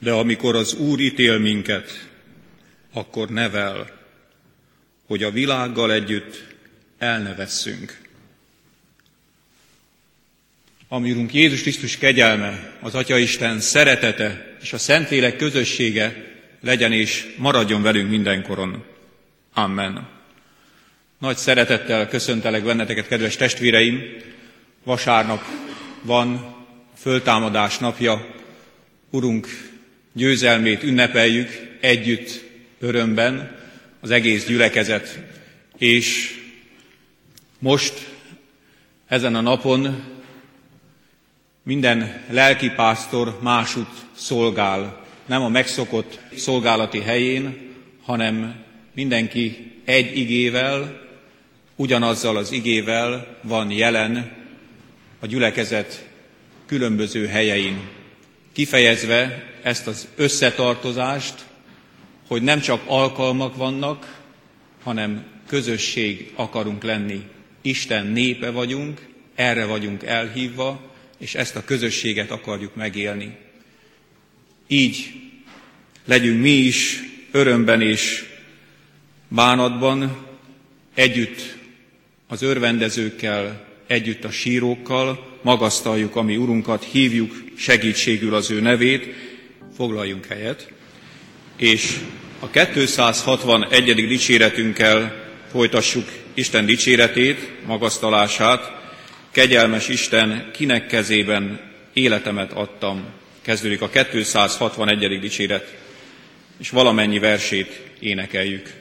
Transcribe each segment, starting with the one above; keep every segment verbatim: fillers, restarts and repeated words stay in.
De amikor az Úr ítél minket, akkor nevel, hogy a világgal együtt el ne vesszünk. Ami Urunk Jézus Krisztus kegyelme, az Atyaisten szeretete és a Szentlélek közössége legyen és maradjon velünk mindenkoron. Amen. Nagy szeretettel köszöntelek benneteket, kedves testvéreim! Vasárnap van a föltámadás napja. Urunk győzelmét ünnepeljük együtt örömben, az egész gyülekezet. És most, ezen a napon minden lelkipásztor másút szolgál, nem a megszokott szolgálati helyén, hanem mindenki egy igével, ugyanazzal az igével van jelen a gyülekezet különböző helyein, kifejezve ezt az összetartozást, hogy nem csak alkalmak vannak, hanem közösség akarunk lenni. Isten népe vagyunk, erre vagyunk elhívva, és ezt a közösséget akarjuk megélni. Így legyünk mi is örömben és bánatban, együtt az örvendezőkkel, együtt a sírókkal, magasztaljuk a mi Urunkat, hívjuk segítségül az ő nevét, foglaljunk helyet, és a kétszázhatvanegyedik dicséretünkkel folytassuk Isten dicséretét, magasztalását. Kegyelmes Isten, kinek kezében életemet adtam. Kezdődik a kétszázhatvanegyedik dicséret, és valamennyi versét énekeljük.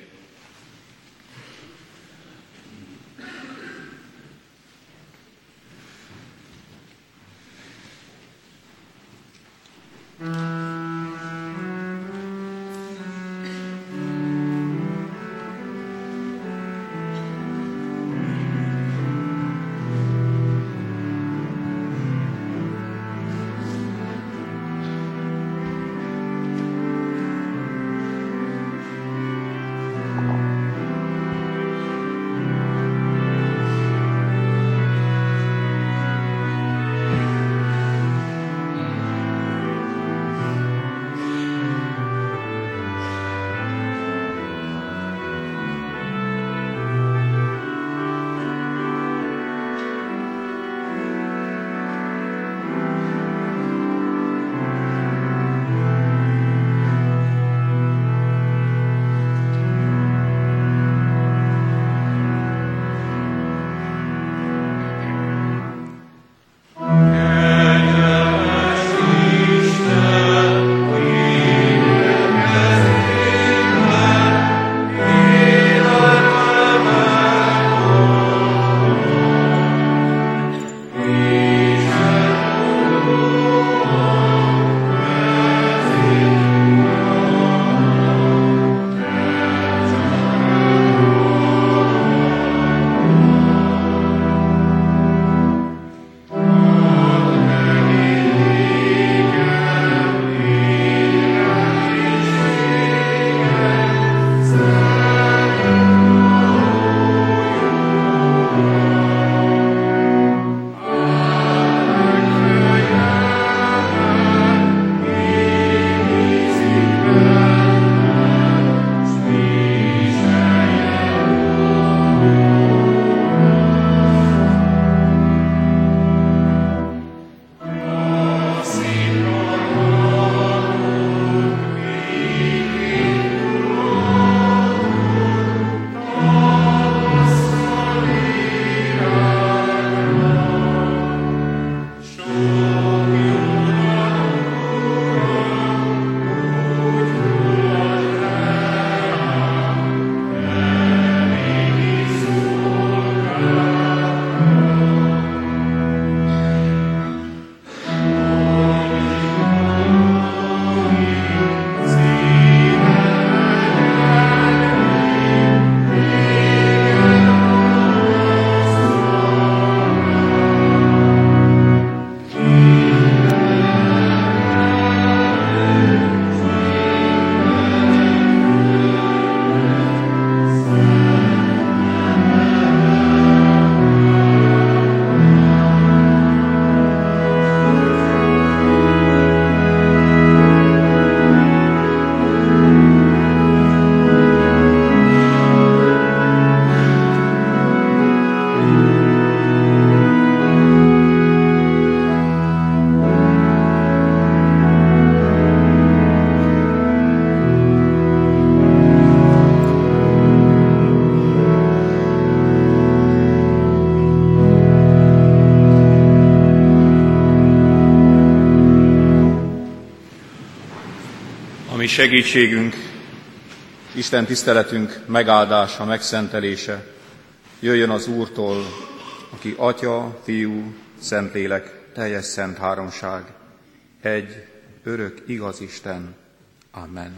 segítségünk, Isten tiszteletünk megáldása, megszentelése jöjjön az Úrtól, aki Atya, Fiú, Szentlélek, teljes szent háromság, egy örök igaz Isten. Amen.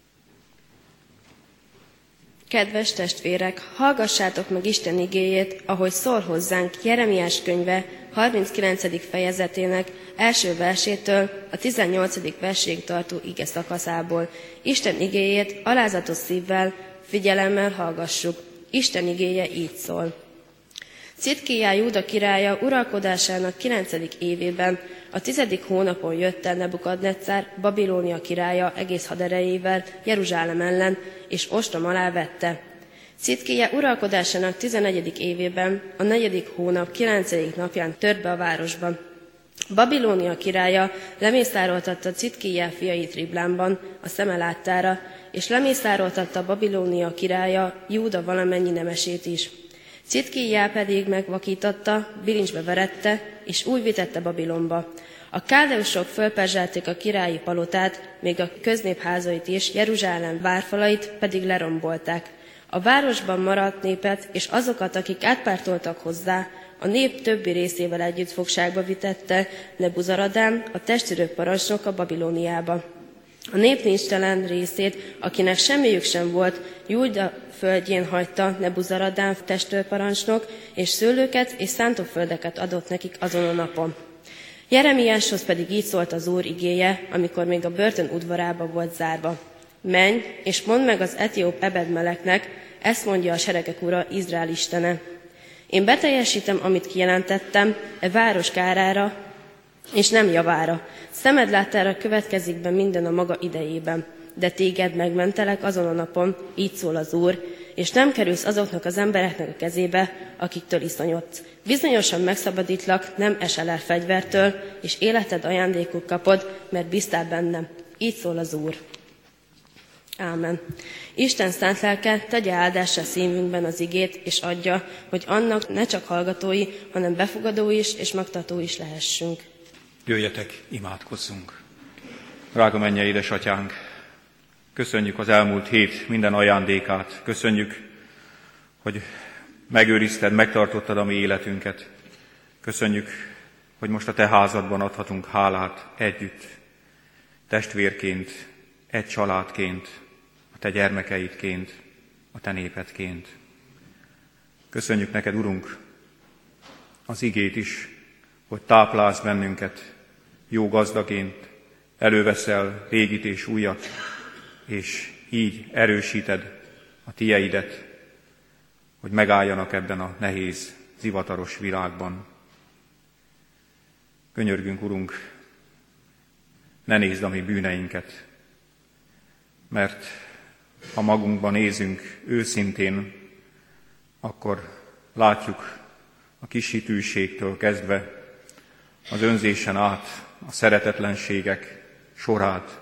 Kedves testvérek, hallgassátok meg Isten igéjét, ahogy szól hozzánk Jeremiás könyve harminckilencedik fejezetének első versétől a tizennyolcadik verséig tartó ige szakaszából. Isten igéjét alázatos szívvel, figyelemmel hallgassuk. Isten igéje így szól. Citkijá Júda királya uralkodásának kilencedik évében, a tizedik hónapon jött el Nebukadnetszár, Babilónia királya egész haderejével Jeruzsálem ellen, és ostrom alá vette. Citkija uralkodásának tizenegyedik évében, a negyedik hónap kilencedik napján tört be a városba. Babilónia királya lemészároltatta Citkija fiait Riblánban, a szeme láttára, és lemészároltatta Babilónia királya Júda valamennyi nemesét is. Citkijá pedig megvakította, bilincsbe verette, és úgy vitette Babilonba. A káldeusok fölperzselték a királyi palotát, még a köznép házait is, Jeruzsálem várfalait pedig lerombolták. A városban maradt népet és azokat, akik átpártoltak hozzá, a nép többi részével együtt fogságba vitette Nebuzaradán, a testőrök parancsnoka Babilóniába. A nép nincstelen részét, akinek semmiük sem volt, Júda földjén hagyta Nebuzaradán testőrparancsnok, és szőlőket és szántóföldeket adott nekik azon a napon. Jeremiáshoz pedig így szólt az Úr igéje, amikor még a börtön udvarába volt zárva. Menj, és mondd meg az etióp Ebedmeleknek, ezt mondja a seregek ura, Izrael istene. Én beteljesítem, amit kijelentettem, e város kárára, és nem javára. Szemed láttára következik be minden a maga idejében. De téged megmentelek azon a napon, így szól az Úr, és nem kerülsz azoknak az embereknek a kezébe, akiktől iszonyodsz. Bizonyosan megszabadítlak, nem esel el fegyvertől, és életed ajándékul kapod, mert bíztál bennem. Így szól az Úr. Ámen. Isten szent lelke tegye áldásra szívünkben az igét, és adja, hogy annak ne csak hallgatói, hanem befogadó is, és megtartó is lehessünk. Jöjjetek, imádkozzunk! Drága mennyei édesatyánk, köszönjük az elmúlt hét minden ajándékát, köszönjük, hogy megőrizted, megtartottad a mi életünket. Köszönjük, hogy most a te házadban adhatunk hálát együtt, testvérként, egy családként, a te gyermekeidként, a te népedként. Köszönjük neked, Urunk, az igét is, hogy táplálsz bennünket jó gazdaként, előveszel régit és újat, és így erősíted a tieidet, hogy megálljanak ebben a nehéz, zivataros világban. Könyörgünk, Urunk, ne nézd a mi bűneinket, mert ha magunkban nézünk őszintén, akkor látjuk a kis hitűségtől kezdve az önzésen át a szeretetlenségek sorát,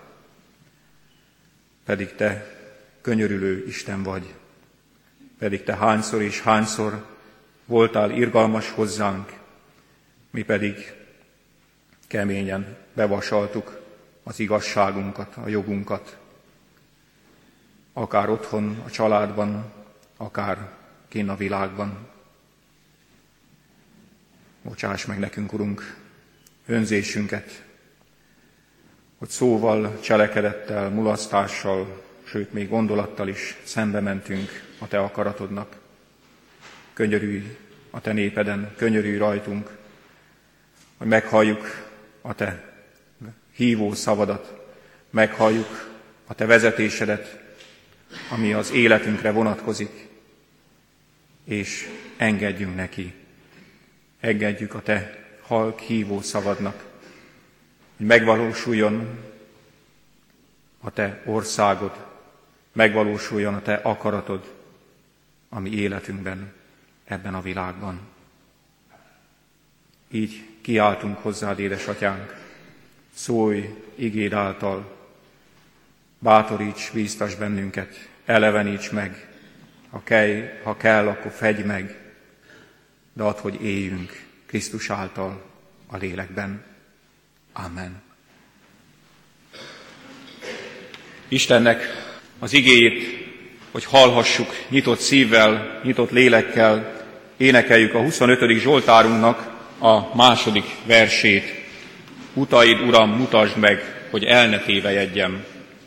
pedig te könyörülő Isten vagy, pedig te hányszor és hányszor voltál irgalmas hozzánk, mi pedig keményen bevasaltuk az igazságunkat, a jogunkat, akár otthon, a családban, akár kinn a világban. Bocsáss meg nekünk, Urunk, önzésünket, hogy szóval, cselekedettel, mulasztással, sőt még gondolattal is szembe mentünk a te akaratodnak. Könyörülj a te népeden, könyörülj rajtunk, hogy meghalljuk a te hívó szavadat, meghalljuk a te vezetésedet, ami az életünkre vonatkozik, és engedjünk neki, engedjük a te halk hívó szavadnak, hogy megvalósuljon a te országod, megvalósuljon a te akaratod a mi életünkben, ebben a világban. Így kiáltunk hozzád, édesatyánk, szólj igéd által, bátoríts, bíztass bennünket, eleveníts meg, ha kell, ha kell, akkor fedj meg, de add, hogy éljünk Krisztus által a lélekben. Amen. Istennek az igéjét, hogy hallhassuk nyitott szívvel, nyitott lélekkel, énekeljük a huszonötödik Zsoltárunknak a második versét. Utaid, Uram, mutasd meg, hogy el ne tévejedjem.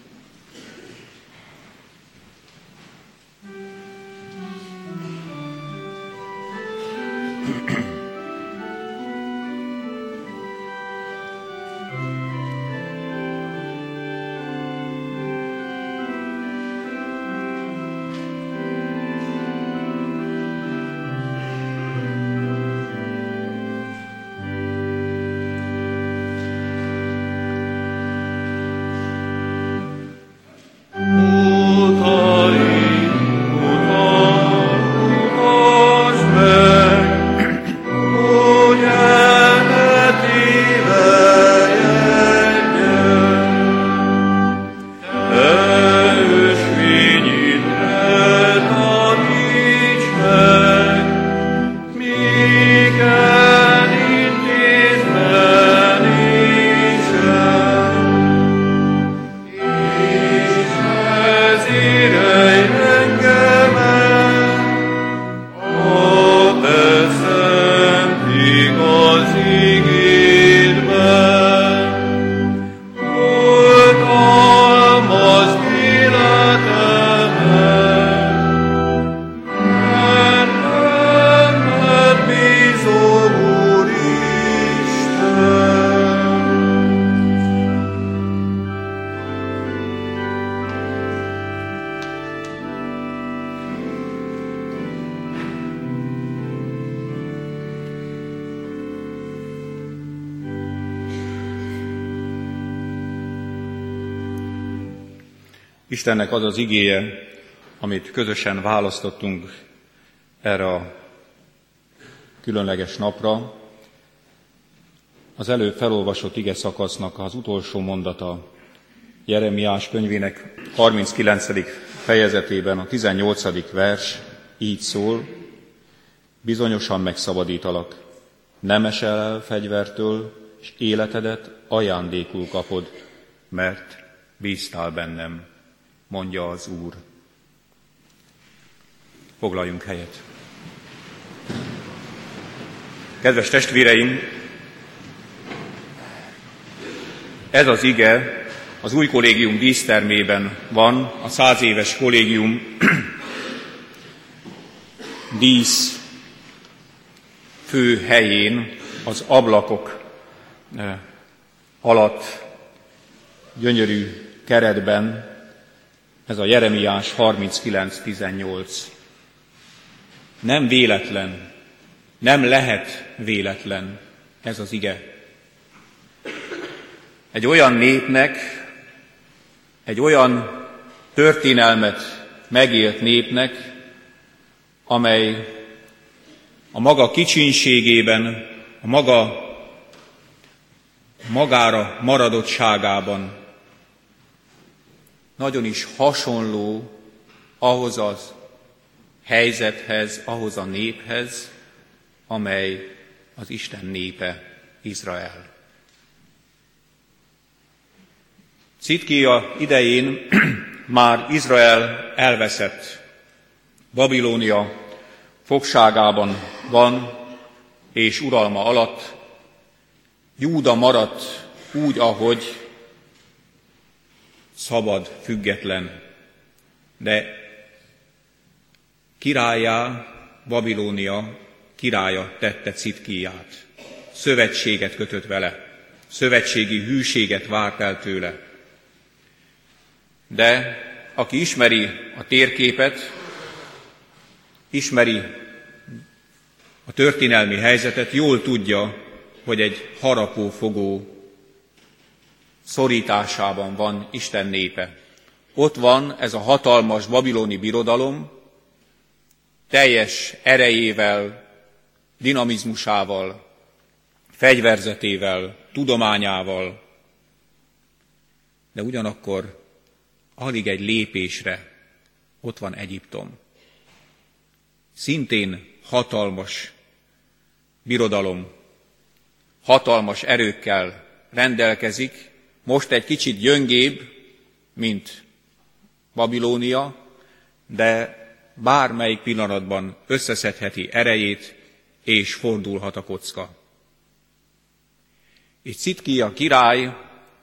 Istennek az az igéje, amit közösen választottunk erre a különleges napra, az előbb felolvasott ige szakasznak az utolsó mondata, Jeremiás könyvének harminckilencedik fejezetében a tizennyolcadik vers így szól: bizonyosan megszabadítalak, nem esel el fegyvertől, és életedet ajándékul kapod, mert bíztál bennem, mondja az Úr. Foglaljunk helyet. Kedves testvéreim, ez az ige az új kollégium dísztermében van, a száz éves kollégium dísz fő helyén, az ablakok alatt, gyönyörű keretben, ez a Jeremiás harminckilenc tizennyolc. Nem véletlen, nem lehet véletlen ez az ige. Egy olyan népnek, egy olyan történelmet megélt népnek, amely a maga kicsinségében, a maga magára maradottságában nagyon is hasonló ahhoz az helyzethez, ahhoz a néphez, amely az Isten népe, Izrael. Citkia idején már Izrael elveszett, Babilónia fogságában van, és uralma alatt Júda maradt úgy, ahogy szabad, független, de királyá, Babilónia királya tette Citkiát. Szövetséget kötött vele, szövetségi hűséget várt el tőle. De aki ismeri a térképet, ismeri a történelmi helyzetet, jól tudja, hogy egy harapófogó szorításában van Isten népe. Ott van ez a hatalmas babiloni birodalom, teljes erejével, dinamizmusával, fegyverzetével, tudományával, de ugyanakkor alig egy lépésre ott van Egyiptom. Szintén hatalmas birodalom, hatalmas erőkkel rendelkezik, most egy kicsit gyöngébb, mint Babilónia, de bármelyik pillanatban összeszedheti erejét, és fordulhat a kocka. És Citkija király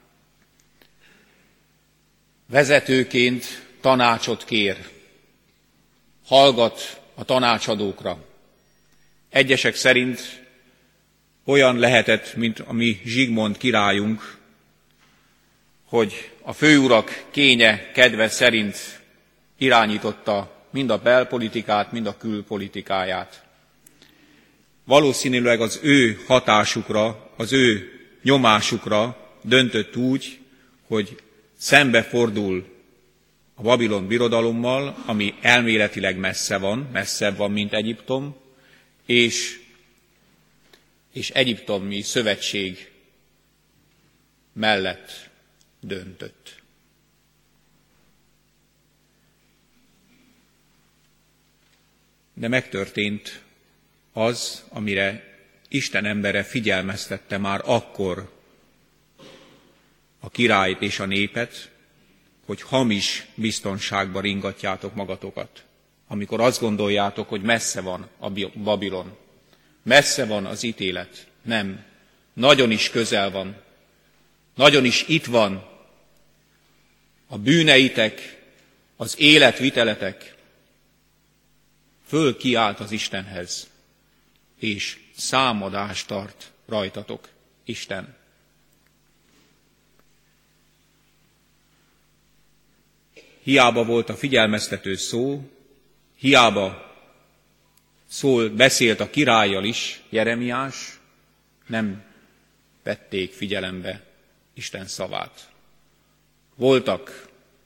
vezetőként tanácsot kér, hallgat a tanácsadókra. Egyesek szerint olyan lehetett, mint a mi Zsigmond királyunk, hogy a főurak kénye, kedve szerint irányította mind a belpolitikát, mind a külpolitikáját. Valószínűleg az ő hatásukra, az ő nyomásukra döntött úgy, hogy szembefordul a Babilon birodalommal, ami elméletileg messze van, messzebb van, mint Egyiptom, és, és egyiptomi szövetség mellett döntött. De megtörtént az, amire Isten embere figyelmeztette már akkor a királyt és a népet, hogy hamis biztonságba ringatjátok magatokat. Amikor azt gondoljátok, hogy messze van a Babilon, messze van az ítélet. Nem, nagyon is közel van, nagyon is itt van a bűneitek, az életviteletek. Föl kiált az Istenhez, és számadást tart rajtatok Isten. Hiába volt a figyelmeztető szó, hiába szól, beszélt a királlyal is Jeremiás, nem vették figyelembe Isten szavát. Voltak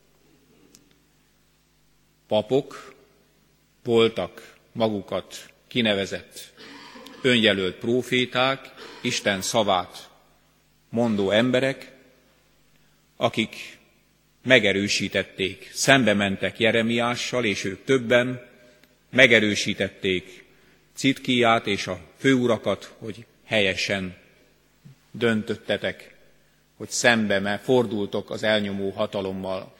papok, voltak magukat kinevezett, önjelölt próféták, Isten szavát mondó emberek, akik megerősítették, szembe mentek Jeremiással, és ők többen megerősítették Citkiját és a főurakat, hogy helyesen döntöttetek, hogy szembe fordultok az elnyomó hatalommal.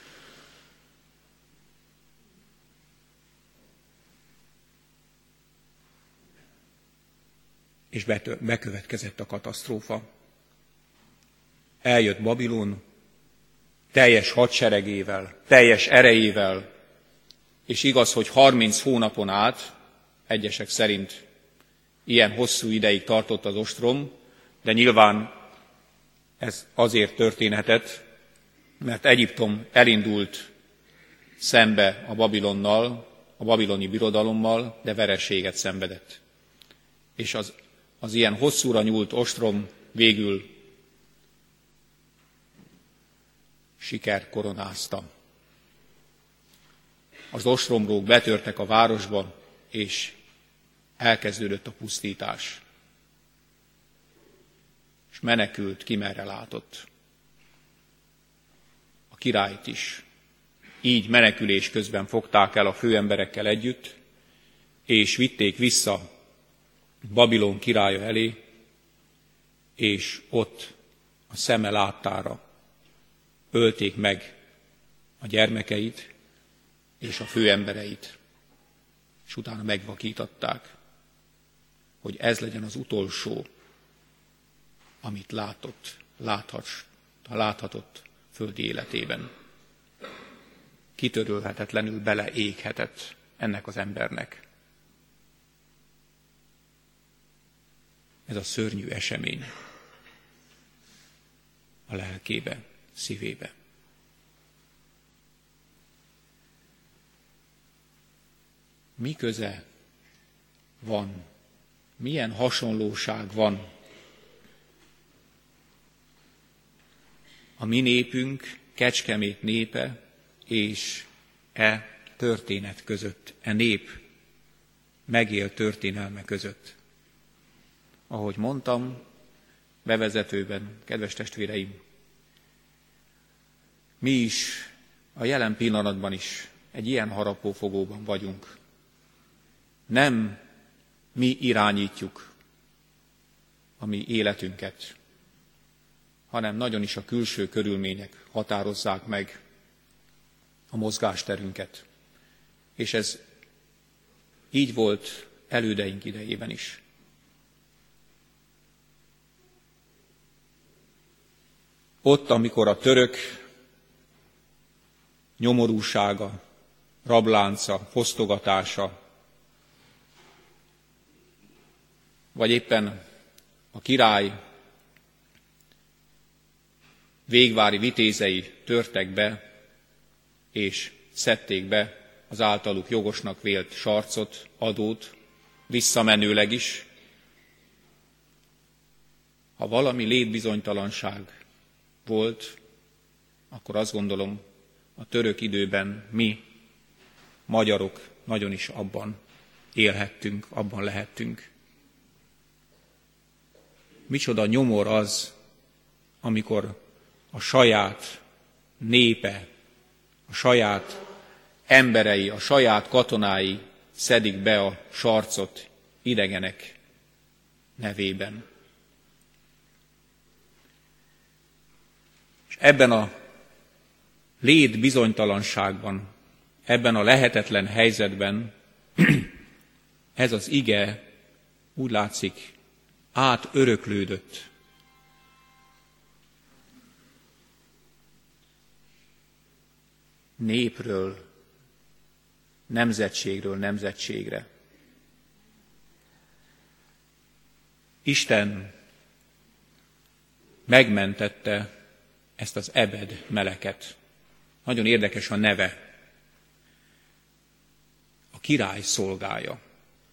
És bekövetkezett a katasztrófa. Eljött Babilon, teljes hadseregével, teljes erejével, és igaz, hogy harminc hónapon át, egyesek szerint ilyen hosszú ideig tartott az ostrom, de nyilván ez azért történhetett, mert Egyiptom elindult szembe a Babilonnal, a babiloni birodalommal, de vereséget szenvedett. És az, az ilyen hosszúra nyúlt ostrom végül siker koronázta. Az ostromlók betörtek a városba, és elkezdődött a pusztítás. És menekült, ki merre látott. A királyt is. Így menekülés közben fogták el a főemberekkel együtt, és vitték vissza Babilon királya elé, és ott a szeme láttára ölték meg a gyermekeit és a főembereit, és utána megvakítatták, hogy ez legyen az utolsó, amit látott, láthat, láthatott földi életében. Kitörölhetetlenül beleéghetett ennek az embernek. Ez a szörnyű esemény a lelkébe, szívébe. Mi köze van, milyen hasonlóság van a mi népünk, Kecskemét népe és e történet között, e nép megélt történelme között. Ahogy mondtam bevezetőben, kedves testvéreim, mi is a jelen pillanatban is egy ilyen harapófogóban vagyunk. Nem mi irányítjuk a mi életünket, hanem nagyon is a külső körülmények határozzák meg. a mozgásterünket. És ez így volt elődeink idejében is. Ott, amikor a török nyomorúsága, rablánca, fosztogatása, vagy éppen a király végvári vitézei törtek be, és szedték be az általuk jogosnak vélt sarcot, adót, visszamenőleg is. Ha valami létbizonytalanság volt, akkor azt gondolom, a török időben mi, magyarok nagyon is abban élhettünk, abban lehettünk. Micsoda nyomor az, amikor a saját népe, a saját emberei, a saját katonái szedik be a sarcot idegenek nevében. És ebben a létbizonytalanságban, ebben a lehetetlen helyzetben ez az ige úgy látszik átöröklődött. Népről, nemzetségről nemzetségre. Isten megmentette ezt az Ebed meleket. Nagyon érdekes a neve. A király szolgája.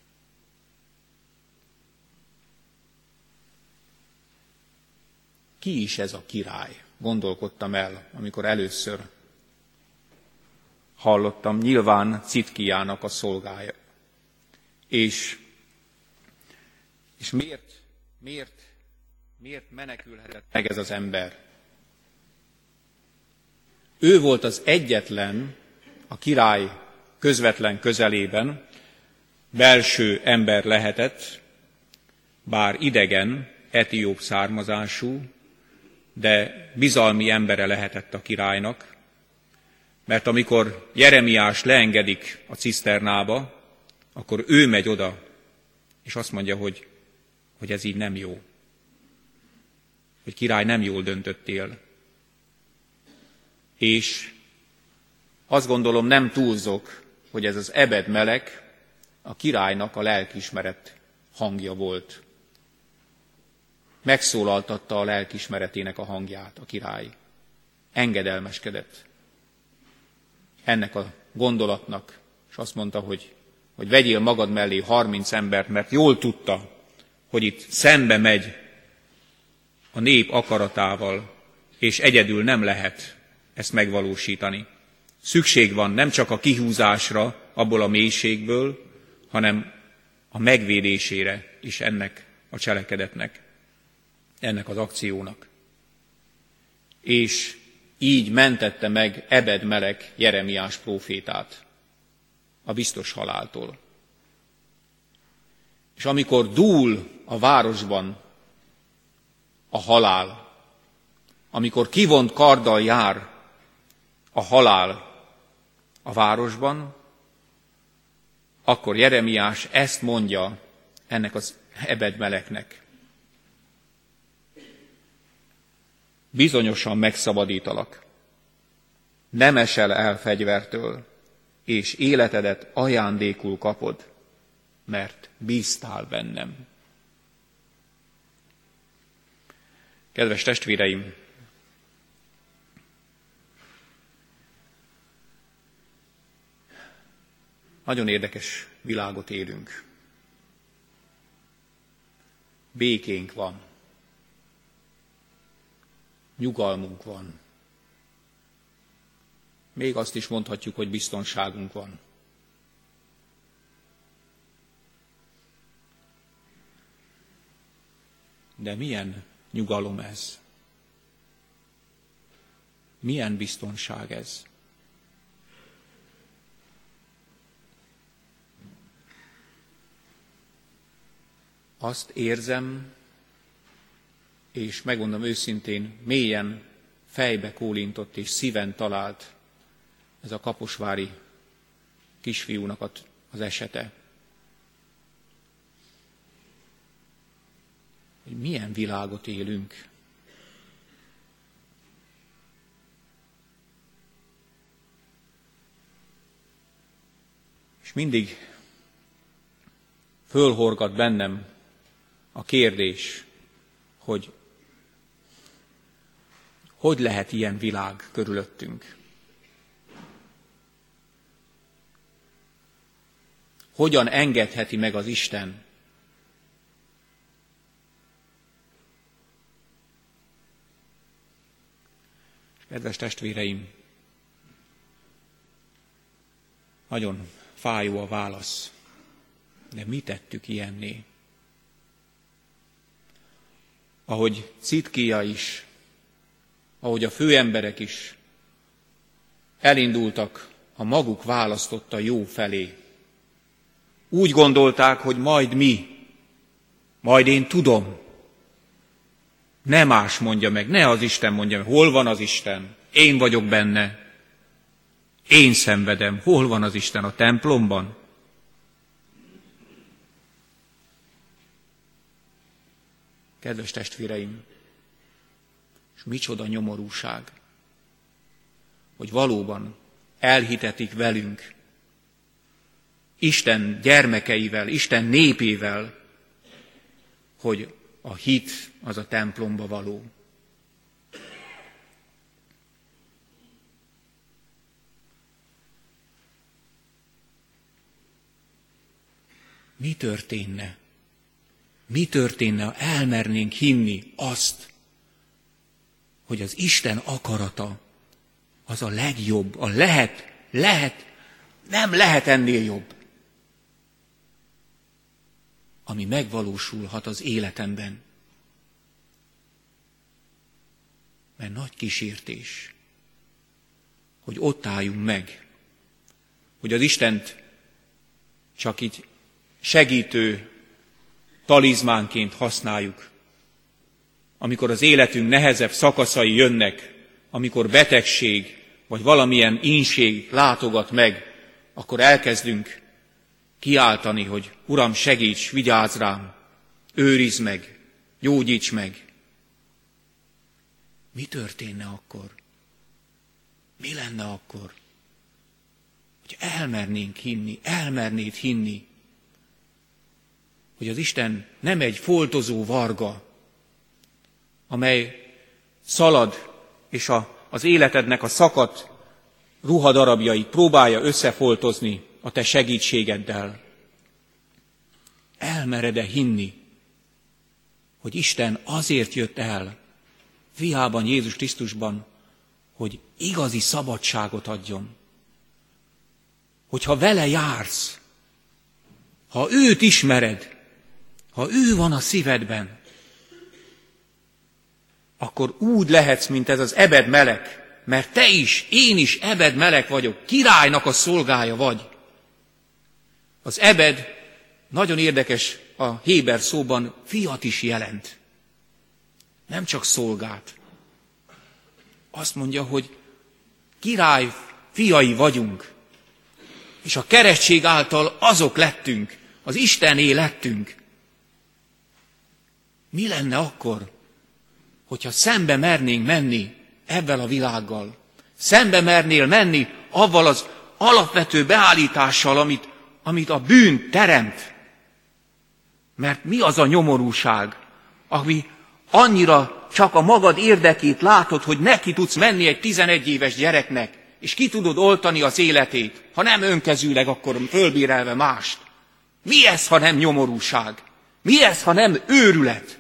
Ki is ez a király? Gondolkodtam el, amikor először hallottam, nyilván Citkiának a szolgája. És, és miért, miért, miért menekülhetett meg ez az ember? Ő volt az egyetlen a király közvetlen közelében, belső ember lehetett, bár idegen, etióp származású, de bizalmi embere lehetett a királynak, mert amikor Jeremiás leengedik a ciszternába, akkor ő megy oda, és azt mondja, hogy, hogy ez így nem jó. Hogy király, nem jól döntöttél. És azt gondolom, nem túlzok, hogy ez az Ebed melek a királynak a lelkiismeret hangja volt. Megszólaltatta a lelkiismeretének a hangját a király. Engedelmeskedett ennek a gondolatnak, és azt mondta, hogy, hogy vegyél magad mellé harminc embert, mert jól tudta, hogy itt szembe megy a nép akaratával, és egyedül nem lehet ezt megvalósítani. Szükség van nem csak a kihúzásra abból a mélységből, hanem a megvédésére is ennek a cselekedetnek, ennek az akciónak. És így mentette meg Ebed melek Jeremiás prófétát a biztos haláltól. És amikor dúl a városban a halál, amikor kivont karddal jár a halál a városban, akkor Jeremiás ezt mondja ennek az Ebed meleknek. Bizonyosan megszabadítalak, nem esel el fegyvertől, és életedet ajándékul kapod, mert bíztál bennem. Kedves testvéreim, nagyon érdekes világot élünk. Békénk van. Nyugalmunk van. Még azt is mondhatjuk, hogy biztonságunk van. De milyen nyugalom ez? Milyen biztonság ez? Azt érzem, és megmondom őszintén, mélyen fejbe kólintott és szíven talált ez a kaposvári kisfiúnak az esete. Hogy milyen világot élünk. És mindig fölhorgat bennem a kérdés, hogy hogy lehet ilyen világ körülöttünk? Hogyan engedheti meg az Isten? Kedves testvéreim, nagyon fájó a válasz, de mi tettük ilyenné? Ahogy Citkija is, ahogy a főemberek is elindultak a maguk választotta jó felé. Úgy gondolták, hogy majd mi, majd én tudom. Ne más mondja meg, ne az Isten mondja meg, hol van az Isten? Én vagyok benne. Én szenvedem. Hol van az Isten? A templomban? Kedves testvéreim, és micsoda nyomorúság, hogy valóban elhitetik velünk, Isten gyermekeivel, Isten népével, hogy a hit az a templomba való. Mi történne? Mi történne, ha elmernénk hinni azt, hogy az Isten akarata az a legjobb, a lehet, lehet, nem lehet ennél jobb, ami megvalósulhat az életemben. Mert nagy kísértés, hogy ott álljunk meg, hogy az Istent csak így segítő talizmánként használjuk, amikor az életünk nehezebb szakaszai jönnek, amikor betegség vagy valamilyen ínség látogat meg, akkor elkezdünk kiáltani, hogy Uram, segíts, vigyázz rám, őrizd meg, gyógyíts meg. Mi történne akkor? Mi lenne akkor? Hogy elmernénk hinni, elmernéd hinni, hogy az Isten nem egy foltozó varga, amely szalad, és a, az életednek a szakadt ruhadarabjait próbálja összefoltozni a te segítségeddel. Elmered-e hinni, hogy Isten azért jött el fiában, Jézus Krisztusban, hogy igazi szabadságot adjon. Hogyha vele jársz, ha őt ismered, ha ő van a szívedben, akkor úgy lehetsz, mint ez az Ebed Melek, mert te is, én is Ebed Melek vagyok, királynak a szolgája vagy. Az Ebed nagyon érdekes a héber szóban, fiat is jelent. Nem csak szolgát. Azt mondja, hogy király fiai vagyunk, és a keresztség által azok lettünk, az Istené lettünk. Mi lenne akkor, hogyha szembe mernénk menni ebben a világgal? Szembe mernél menni avval az alapvető beállítással, amit, amit a bűn teremt? Mert mi az a nyomorúság, ami annyira csak a magad érdekét látod, hogy neki tudsz menni egy tizenegy éves gyereknek, és ki tudod oltani az életét, ha nem önkezűleg, akkor fölbérelve mást. Mi ez, ha nem nyomorúság? Mi ez, ha nem őrület?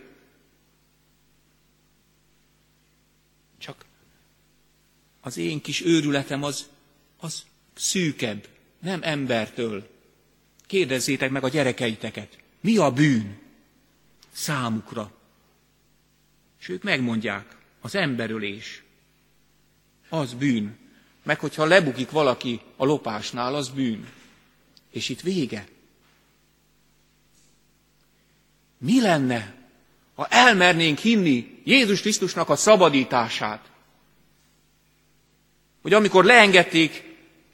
Csak az én kis őrületem az, az szűkebb, nem embertől. Kérdezzétek meg a gyerekeiteket, mi a bűn számukra? És ők megmondják, az emberölés, az bűn. Meg hogyha lebukik valaki a lopásnál, az bűn. És itt vége. Mi lenne, ha elmernénk hinni Jézus Krisztusnak a szabadítását? Hogy amikor leengedték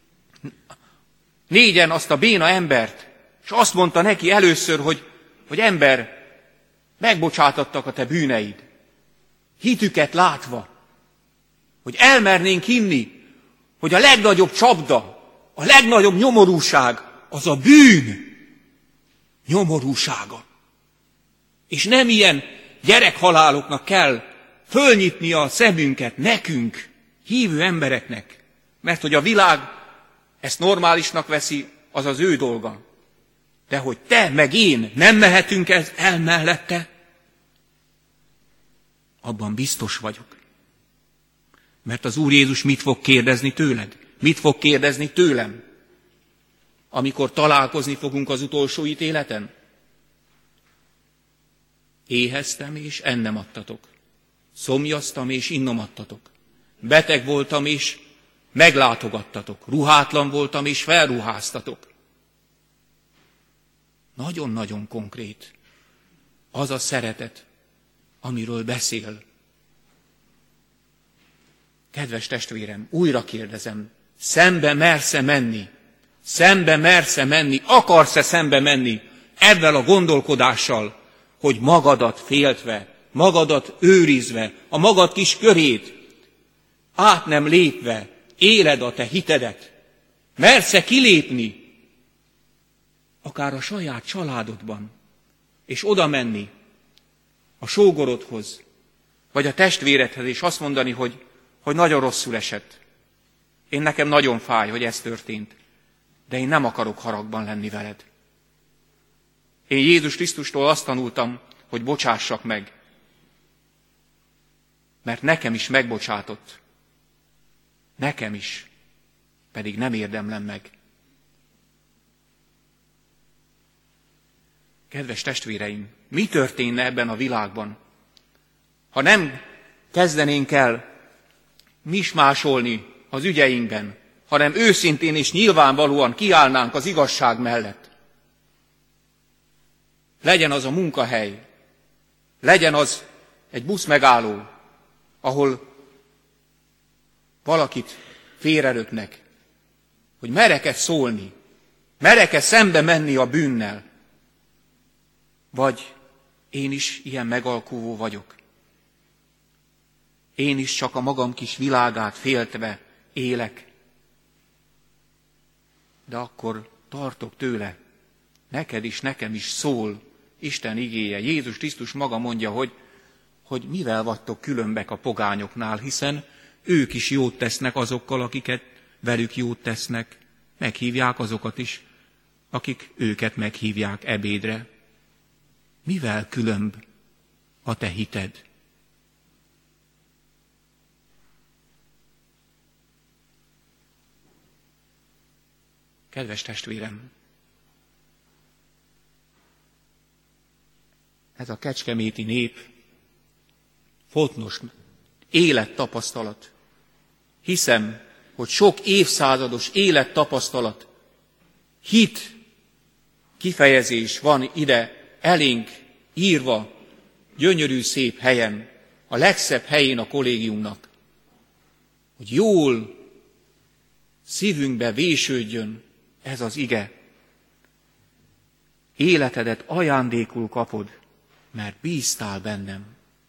négyen azt a béna embert, és azt mondta neki először, hogy, hogy ember, megbocsátattak a te bűneid. Hitüket látva, hogy elmernénk hinni, hogy a legnagyobb csapda, a legnagyobb nyomorúság az a bűn nyomorúsága. És nem ilyen gyerekhaláloknak kell fölnyitni a szemünket nekünk, hívő embereknek, mert hogy a világ ezt normálisnak veszi, az az ő dolga. De hogy te meg én nem mehetünk el mellette, abban biztos vagyok. Mert az Úr Jézus mit fog kérdezni tőled? Mit fog kérdezni tőlem? Amikor találkozni fogunk az utolsó ítéleten? Éheztem, és ennem adtatok. Szomjaztam, és innom adtatok. Beteg voltam, és meglátogattatok. Ruhátlan voltam, és felruháztatok. Nagyon-nagyon konkrét az a szeretet, amiről beszél. Kedves testvérem, újra kérdezem, szembe mersz-e menni? Szembe mersz-e menni? Akarsz-e szembe menni ebben a gondolkodással, hogy magadat féltve, magadat őrizve, a magad kis körét át nem lépve éled a te hitedet? Mersz-e kilépni akár a saját családodban, és oda menni a sógorodhoz, vagy a testvéredhez, és azt mondani, hogy, hogy nagyon rosszul esett. Én nekem nagyon fáj, hogy ez történt, de én nem akarok haragban lenni veled. Én Jézus Krisztustól azt tanultam, hogy bocsássak meg, mert nekem is megbocsátott. Nekem is, pedig nem érdemlem meg. Kedves testvéreim, mi történne ebben a világban, ha nem kezdenénk el mismásolni az ügyeinkben, hanem őszintén és nyilvánvalóan kiállnánk az igazság mellett? Legyen az a munkahely, legyen az egy buszmegálló, ahol valakit félreröknek, hogy merek-e szólni, merek-e szembe menni a bűnnel, vagy én is ilyen megalkuvó vagyok. Én is csak a magam kis világát féltve élek. De akkor tartok tőle, neked is, nekem is szól Isten igéje. Jézus Krisztus maga mondja, hogy, hogy mivel vagytok különbek a pogányoknál, hiszen ők is jót tesznek azokkal, akiket velük jót tesznek. Meghívják azokat is, akik őket meghívják ebédre. Mivel különb a te hited? Kedves testvérem, ez a kecskeméti nép fontos élettapasztalat. Hiszem, hogy sok évszázados élettapasztalat, hit kifejezés van ide elénk írva, gyönyörű szép helyen, a legszebb helyén a kollégiumnak, hogy jól szívünkbe vésődjön ez az ige. Életedet ajándékul kapod, mert bíztál bennem.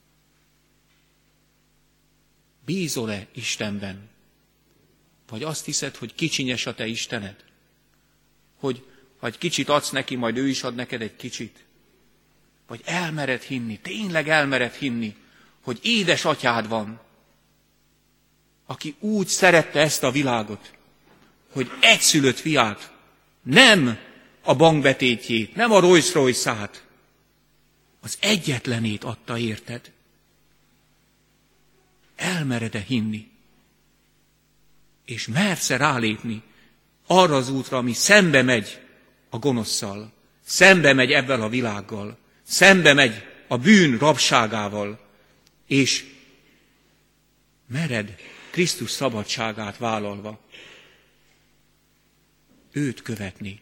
Bízol-e Istenben? Vagy azt hiszed, hogy kicsinyes a te Istened? Hogy ha egy kicsit adsz neki, majd ő is ad neked egy kicsit? Vagy elmered hinni, tényleg elmered hinni, hogy édesatyád van, aki úgy szerette ezt a világot, hogy egyszülött fiát, nem a bankbetétjét, nem a Rolls-Royce-át, az egyetlenét adta érted. Elmered-e hinni? És mersz-e rálépni arra az útra, ami szembe megy a gonoszszal, szembe megy ebben a világgal, szembe megy a bűn rabságával, és mered Krisztus szabadságát vállalva őt követni.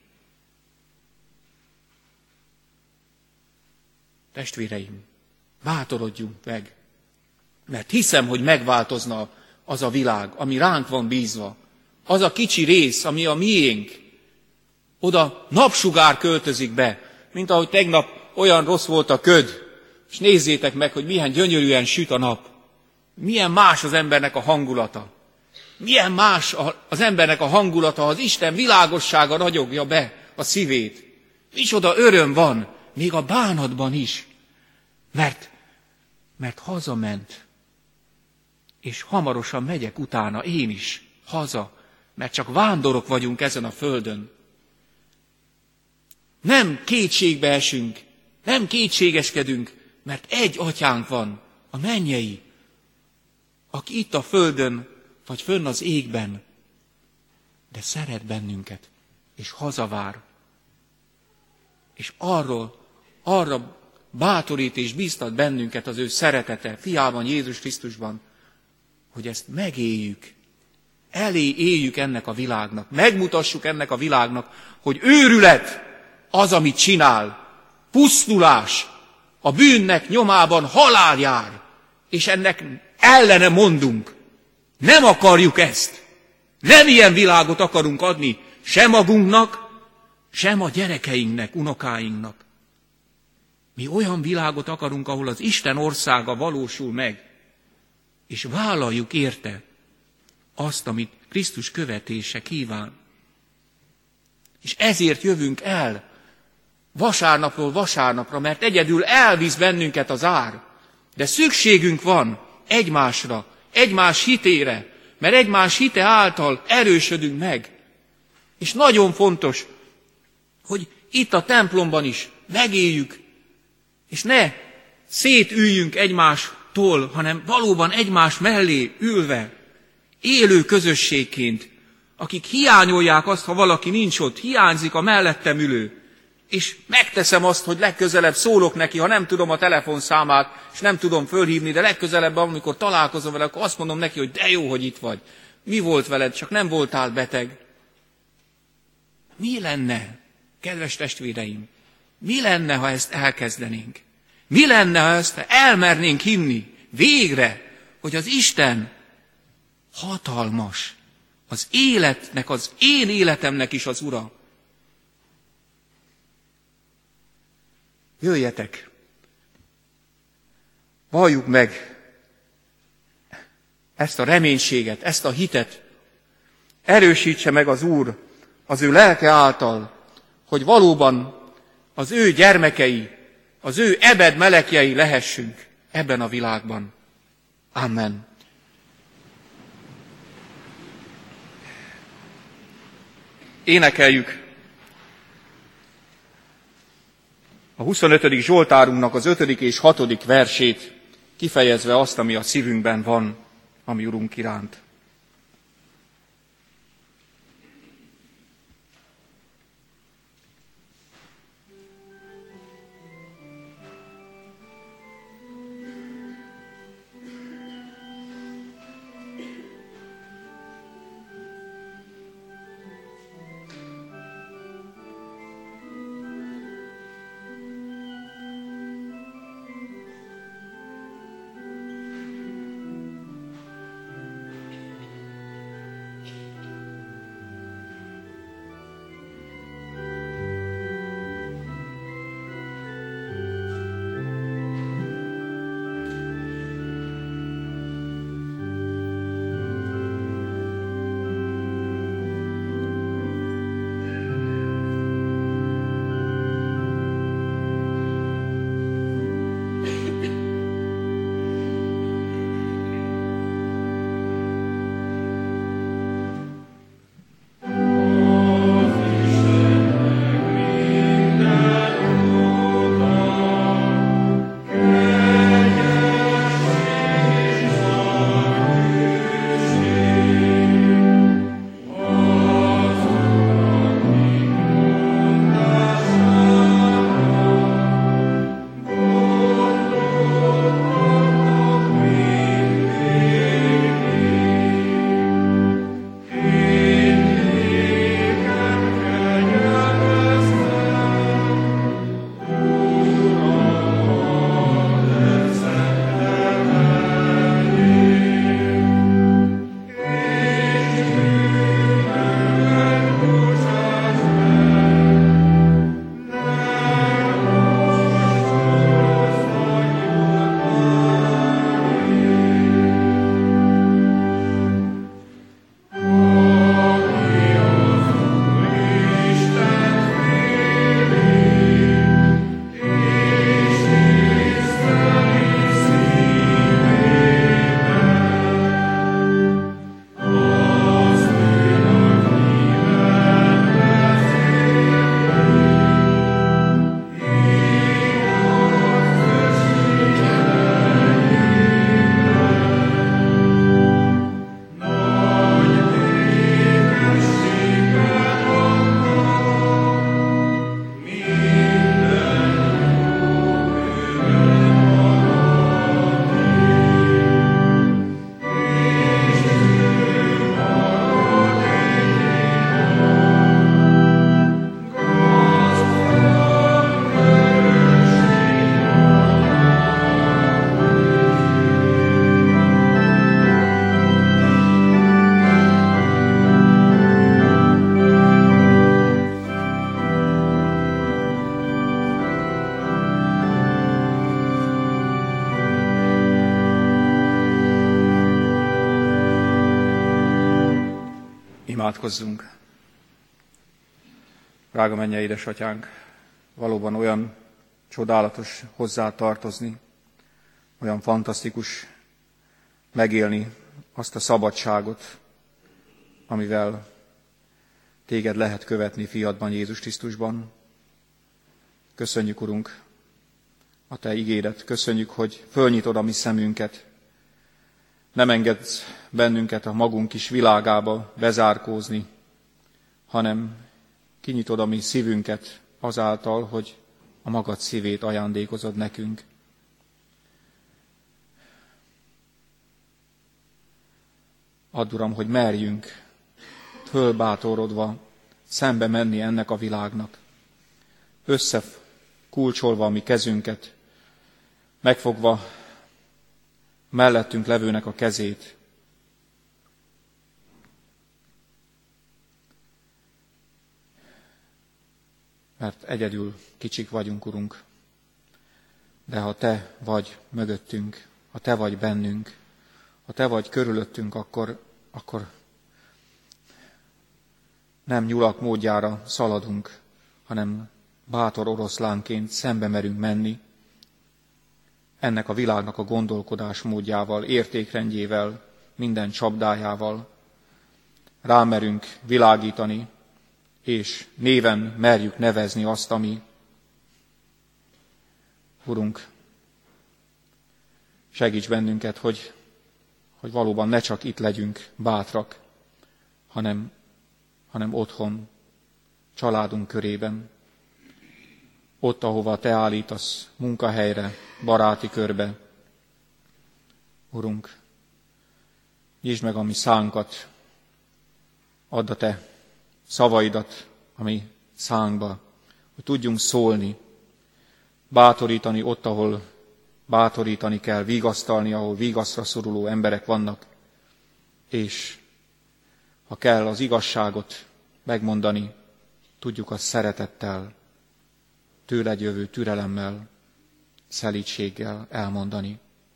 Testvéreim, bátorodjunk meg, mert hiszem, hogy megváltozna az a világ, ami ránk van bízva. Az a kicsi rész, ami a miénk, Oda napsugár költözik be, mint ahogy tegnap olyan rossz volt a köd, és nézzétek meg, hogy milyen gyönyörűen süt a nap. Milyen más az embernek a hangulata. Milyen más az embernek a hangulata, ha az Isten világossága ragyogja be a szívét. Micsoda öröm van, még a bánatban is. Mert, mert hazament. És hamarosan megyek utána én is haza, mert csak vándorok vagyunk ezen a földön. Nem kétségbe esünk, nem kétségeskedünk, mert egy atyánk van, a mennyei, aki itt a földön, vagy fönn az égben, de szeret bennünket, és hazavár. És arról, arra bátorít és bíztat bennünket az ő szeretete, fiában, Jézus Krisztusban, hogy ezt megéljük, elé éljük ennek a világnak, megmutassuk ennek a világnak, hogy őrület az, amit csinál, pusztulás, a bűnnek nyomában halál jár, és ennek ellene mondunk. Nem akarjuk ezt. Nem ilyen világot akarunk adni sem magunknak, sem a gyerekeinknek, unokáinknak. Mi olyan világot akarunk, ahol az Isten országa valósul meg, és vállaljuk érte azt, amit Krisztus követése kíván. És ezért jövünk el vasárnapról vasárnapra, mert egyedül elvisz bennünket az ár. De szükségünk van egymásra, egymás hitére, mert egymás hite által erősödünk meg. És nagyon fontos, hogy itt a templomban is megéljük, és ne szétüljünk egymástól, hanem valóban egymás mellé ülve, élő közösségként, akik hiányolják azt, ha valaki nincs ott, hiányzik a mellettem ülő, és megteszem azt, hogy legközelebb szólok neki, ha nem tudom a telefonszámát, és nem tudom fölhívni, de legközelebb, amikor találkozom vele, akkor azt mondom neki, hogy de jó, hogy itt vagy. Mi volt veled, csak nem voltál beteg. Mi lenne, kedves testvéreim, mi lenne, ha ezt elkezdenénk? Mi lenne, ha ezt elmernénk hinni végre, hogy az Isten hatalmas, az életnek, az én életemnek is az Ura. Jöjjetek, valljuk meg ezt a reménységet, ezt a hitet, erősítse meg az Úr az ő lelke által, hogy valóban az ő gyermekei, az ő ebed melekjei lehessünk ebben a világban. Amen. Énekeljük a huszonötödik Zsoltárunknak az ötödik és hatodik versét, kifejezve azt, ami a szívünkben van, ami Urunk iránt. Imádkozzunk! Drága mennyei édesatyánk, valóban olyan csodálatos hozzá tartozni, olyan fantasztikus megélni azt a szabadságot, amivel téged lehet követni fiadban, Jézus Krisztusban. Köszönjük, Urunk, a te igédet, köszönjük, hogy fölnyitod a mi szemünket, nem engedsz bennünket a magunk kis világába bezárkózni, hanem kinyitod a mi szívünket azáltal, hogy a magad szívét ajándékozod nekünk. Add, Uram, hogy merjünk fölbátorodva szembe menni ennek a világnak, összekulcsolva a mi kezünket, megfogva mellettünk levőnek a kezét. Mert egyedül kicsik vagyunk, Urunk, de ha te vagy mögöttünk, ha te vagy bennünk, ha te vagy körülöttünk, akkor, akkor nem nyulak módjára szaladunk, hanem bátor oroszlánként szembe merünk menni ennek a világnak a gondolkodásmódjával, értékrendjével, minden csapdájával. Rámerünk világítani, és néven merjük nevezni azt, ami, Urunk, segíts bennünket, hogy, hogy valóban ne csak itt legyünk bátrak, hanem, hanem otthon, családunk körében, ott, ahova te állítasz, munkahelyre, baráti körbe. Urunk, nyisd meg a mi szánkat, add a te szavaidat a mi szánkba, hogy tudjunk szólni, bátorítani ott, ahol bátorítani kell, vigasztalni, ahol vigasztra szoruló emberek vannak, és ha kell az igazságot megmondani, tudjuk azt szeretettel, tőled jövő türelemmel, szelídséggel elmondani.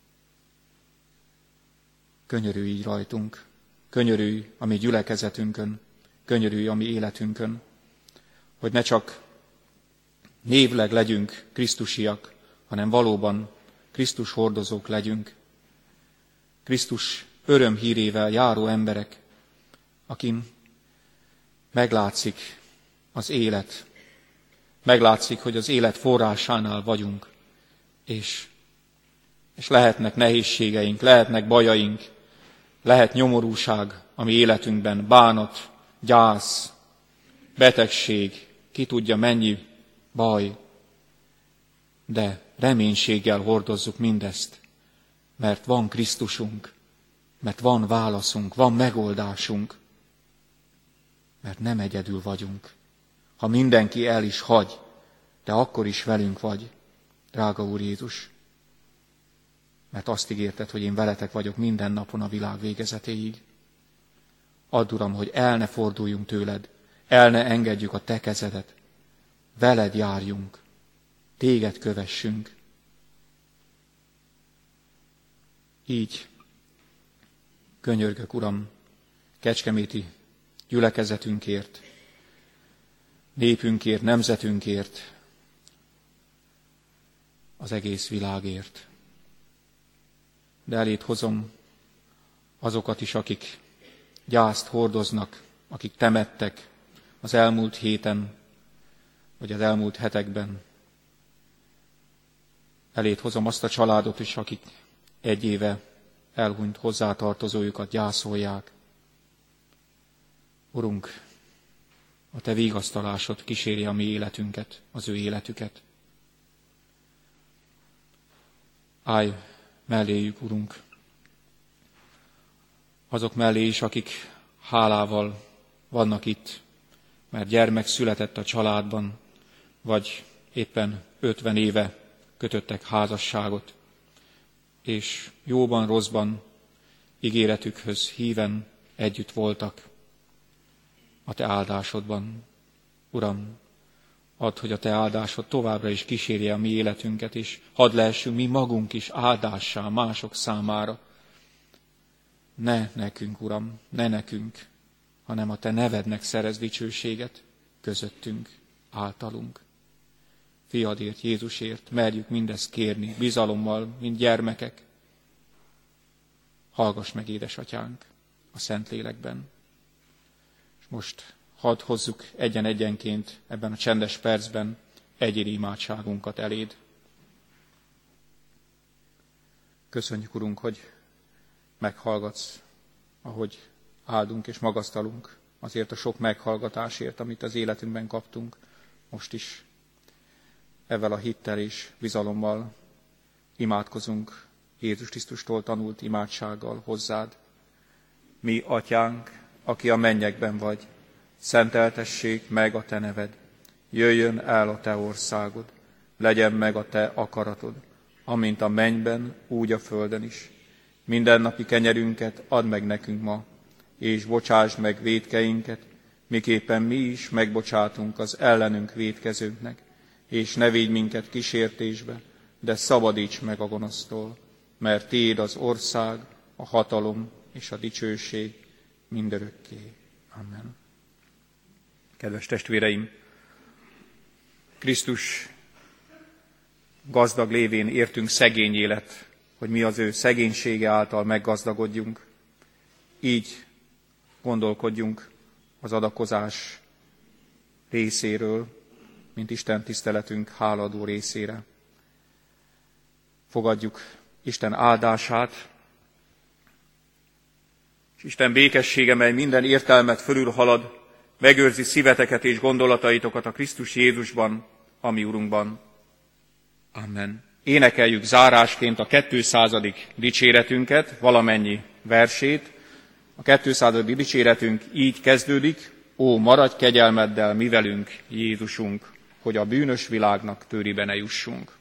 Könyörülj így rajtunk, könyörülj a mi gyülekezetünkön, könyörülj a mi életünkön, hogy ne csak névleg legyünk krisztusiak, hanem valóban Krisztus hordozók legyünk, Krisztus örömhírével járó emberek, akin meglátszik az élet, meglátszik, hogy az élet forrásánál vagyunk, és, és lehetnek nehézségeink, lehetnek bajaink, lehet nyomorúság a mi életünkben, bánat, gyász, betegség, ki tudja mennyi baj, de reménységgel hordozzuk mindezt, mert van Krisztusunk, mert van válaszunk, van megoldásunk, mert nem egyedül vagyunk. Ha mindenki el is hagy, de akkor is velünk vagy, drága Úr Jézus, mert azt ígérted, hogy én veletek vagyok minden napon a világ végezetéig. Add, Uram, hogy el ne forduljunk tőled, el ne engedjük a te kezedet, veled járjunk, téged kövessünk. Így könyörgök, Uram, kecskeméti gyülekezetünkért, népünkért, nemzetünkért, az egész világért. De eléd hozom azokat is, akik gyászt hordoznak, akik temettek az elmúlt héten, vagy az elmúlt hetekben. Eléd hozom azt a családot is, akik egy éve elhunyt hozzátartozójukat gyászolják. Urunk, a te vigasztalásod kíséri a mi életünket, az ő életüket. Állj melléjük, Urunk, azok mellé is, akik hálával vannak itt, mert gyermek született a családban, vagy éppen ötven éve kötöttek házasságot, és jóban, rosszban ígéretükhöz híven együtt voltak a te áldásodban. Uram, add, hogy a te áldásod továbbra is kísérje a mi életünket, és hadd lehessünk mi magunk is áldássá mások számára. Ne nekünk, Uram, ne nekünk, hanem a te nevednek szerez dicsőséget közöttünk, általunk. Fiadért, Jézusért merjük mindezt kérni, bizalommal, mint gyermekek. Hallgass meg, édesatyánk, a Szentlélekben. És most hadd hozzuk egyen-egyenként ebben a csendes percben egyéni imádságunkat eléd. Köszönjük, Urunk, hogy meghallgatsz, ahogy áldunk és magasztalunk azért a sok meghallgatásért, amit az életünkben kaptunk, most is. Ezzel a hittel és bizalommal imádkozunk Jézus Krisztustól tanult imádsággal hozzád. Mi, Atyánk, aki a mennyekben vagy, szenteltessék meg a te neved, jöjjön el a te országod, legyen meg a te akaratod, amint a mennyben, úgy a földön is. Mindennapi kenyerünket add meg nekünk ma, és bocsásd meg vétkeinket, miképpen mi is megbocsátunk az ellenünk vétkezőknek, és ne védj minket kísértésbe, de szabadíts meg a gonosztól, mert tiéd az ország, a hatalom és a dicsőség mindörökké. Amen. Kedves testvéreim, Krisztus gazdag lévén értünk szegény élet, hogy mi az ő szegénysége által meggazdagodjunk. Így gondolkodjunk az adakozás részéről, mint Isten tiszteletünk háladó részére. Fogadjuk Isten áldását, és Isten békessége, mely minden értelmet fölülhalad, megőrzi szíveteket és gondolataitokat a Krisztus Jézusban, a mi Urunkban. Amen. Énekeljük zárásként a kétszázadik dicséretünket, valamennyi versét. A kétszázadik dicséretünk így kezdődik: Ó, maradj kegyelmeddel mi velünk, Jézusunk, hogy a bűnös világnak tőribe ne jussunk.